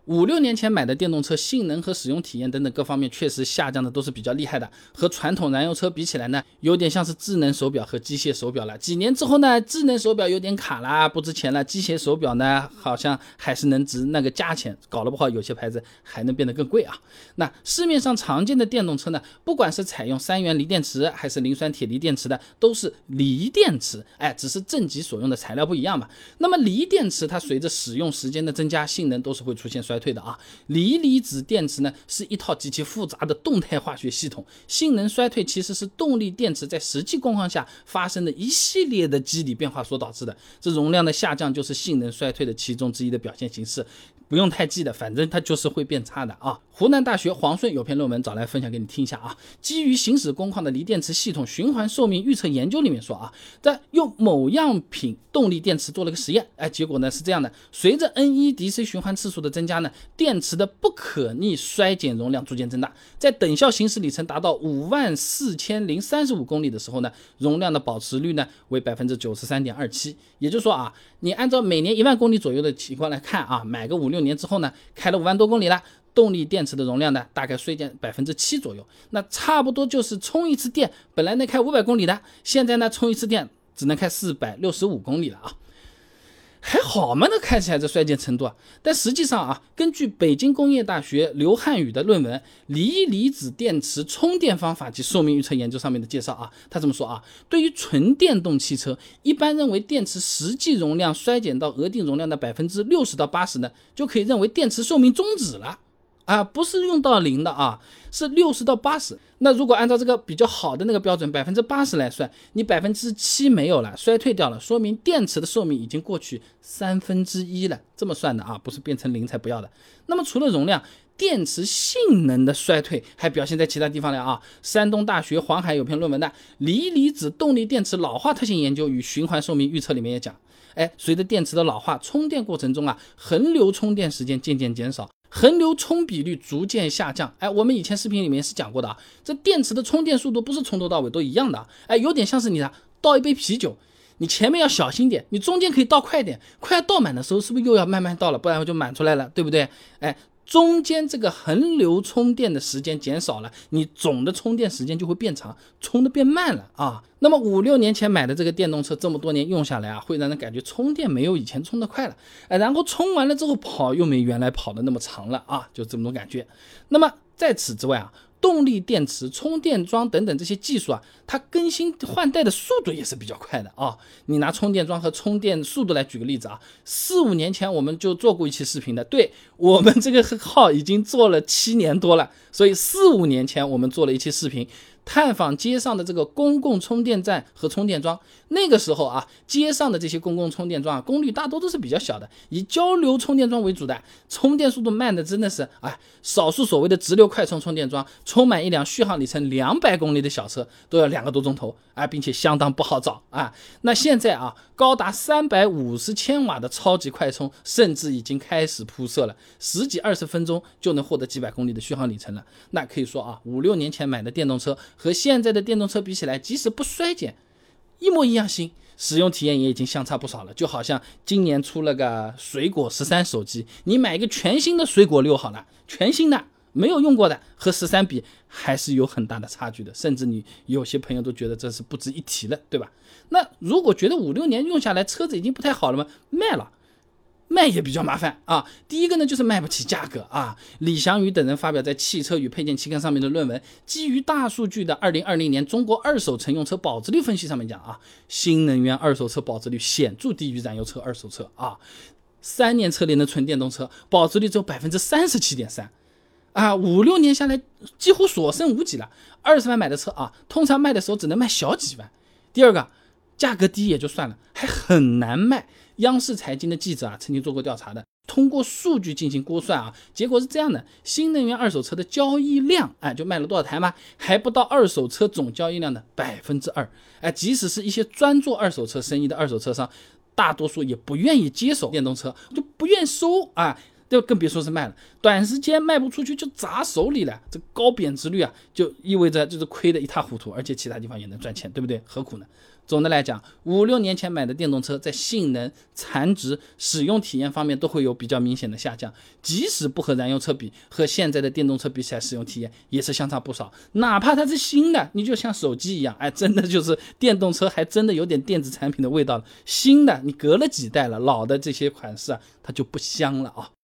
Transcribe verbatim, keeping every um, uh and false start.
五六年前买的电动车性能和使用体验等等各方面确实下降的都是比较厉害的，和传统燃油车比起来呢，有点像是智能手表和机械手表了。几年之后呢，智能手表有点卡啦，不值钱了，机械手表呢好像还是能值那个价钱，搞得不好有些牌子还能变得更贵啊。那市面上常见的电动车呢，不管是采用三元锂电池还是磷酸铁锂电池的，都是锂电池，哎，只是正极所用的材料不一样嘛。那么锂电池它随着使用时间的增加，性能都是会出现衰退的啊。锂离子电池呢是一套极其复杂的动态化学系统，性能衰退其实是动力电池在实际状况下发生的一系列的机理变化所导致的，这容量的下降就是性能衰退的其中之一的表现形式。不用太记的，反正它就是会变差的啊。湖南大学黄顺有篇论文找来分享给你听一下啊。基于行驶工况的锂电池系统循环寿命预测研究里面说啊，在用某样品动力电池做了个实验，哎，结果呢是这样的，随着 N 一 D C 循环次数的增加呢，电池的不可逆衰减容量逐渐增大，在等效行驶里程达到五万四千零三十五公里的时候呢，容量的保持率呢为 百分之九十三点二七。 也就是说啊，你按照每年一万公里左右的情况来看啊，买个五六年之后呢，开了五万多公里了，动力电池的容量呢大概衰减 百分之七 左右，那差不多就是充一次电本来能开五百公里的，现在呢充一次电只能开四百六十五公里了啊。还好嘛，那看起来这衰减程度啊，但实际上啊，根据北京工业大学刘汉宇的论文《锂离子电池充电方法及寿命预测研究》上面的介绍啊，他这么说啊，对于纯电动汽车，一般认为电池实际容量衰减到额定容量的 百分之六十到百分之八十 呢，就可以认为电池寿命终止了啊，不是用到零的啊，是六十到八十。那如果按照这个比较好的那个标准 百分之八十 来算，你 百分之七 没有了，衰退掉了，说明电池的寿命已经过去三分之一了，这么算的啊，不是变成零才不要的。那么除了容量，电池性能的衰退还表现在其他地方了啊。山东大学黄海有篇论文的《锂离子动力电池老化特性研究与循环寿命预测》里面也讲，哎，随着电池的老化，充电过程中啊，横流充电时间渐渐减少，横流充比率逐渐下降。哎，我们以前视频里面是讲过的啊，这电池的充电速度不是从头到尾都一样的，哎，有点像是你啊倒一杯啤酒，你前面要小心点，你中间可以倒快点，快要倒满的时候是不是又要慢慢倒了，不然就满出来了，对不对？哎，中间这个横流充电的时间减少了，你总的充电时间就会变长，充的变慢了啊。那么五六年前买的这个电动车，这么多年用下来啊，会让人感觉充电没有以前充的快了，哎，然后充完了之后跑又没原来跑的那么长了啊，就这么种感觉。那么在此之外啊，动力电池、充电桩等等这些技术啊，它更新换代的速度也是比较快的啊。你拿充电桩和充电速度来举个例子啊，四五年前我们就做过一期视频的，对，我们这个号已经做了七年多了，所以四五年前我们做了一期视频，探访街上的这个公共充电站和充电桩。那个时候啊，街上的这些公共充电桩啊，功率大多都是比较小的，以交流充电桩为主的，充电速度慢的真的是哎，少数所谓的直流快充充电桩，充满一辆续航里程两百公里的小车都要两个多钟头啊，并且相当不好找啊。那现在啊，高达三百五十千瓦的超级快充甚至已经开始铺设了，十几二十分钟就能获得几百公里的续航里程了。那可以说啊，五六年前买的电动车和现在的电动车比起来，即使不衰减，一模一样新，使用体验也已经相差不少了。就好像今年出了个水果十三手机，你买一个全新的水果六好了，全新的没有用过的，和十三比还是有很大的差距的，甚至你有些朋友都觉得这是不值一提了，对吧？那如果觉得五六年用下来车子已经不太好了吗？卖了。卖也比较麻烦啊。第一个呢，就是卖不起价格啊。李祥宇等人发表在《汽车与配件》期刊上面的论文，基于大数据的二零二零年中国二手乘用车保值率分析上面讲啊，新能源二手车保值率显著低于燃油车、二手车啊。三年车龄的纯电动车保值率只有 百分之三十七点三 啊，五六年下来几乎所剩无几了。二十万买的车啊，通常卖的时候只能卖小几万。第二个，价格低也就算了，还很难卖。央视财经的记者啊，曾经做过调查的，通过数据进行估算啊，结果是这样的：新能源二手车的交易量，哎，就卖了多少台嘛，还不到二手车总交易量的百分之二。哎，即使是一些专做二手车生意的二手车商，大多数也不愿意接手电动车，就不愿收啊。就更别说是卖了，短时间卖不出去就砸手里了，这高贬值率啊，就意味着就是亏得一塌糊涂，而且其他地方也能赚钱，对不对？何苦呢？ 总的来讲，五六年前买的电动车在性能、残值、使用体验方面都会有比较明显的下降，即使不和燃油车比，和现在的电动车比起来，使用体验也是相差不少。哪怕它是新的，你就像手机一样，哎，真的就是电动车还真的有点电子产品的味道了。新的你隔了几代了，老的这些款式啊，它就不香了啊。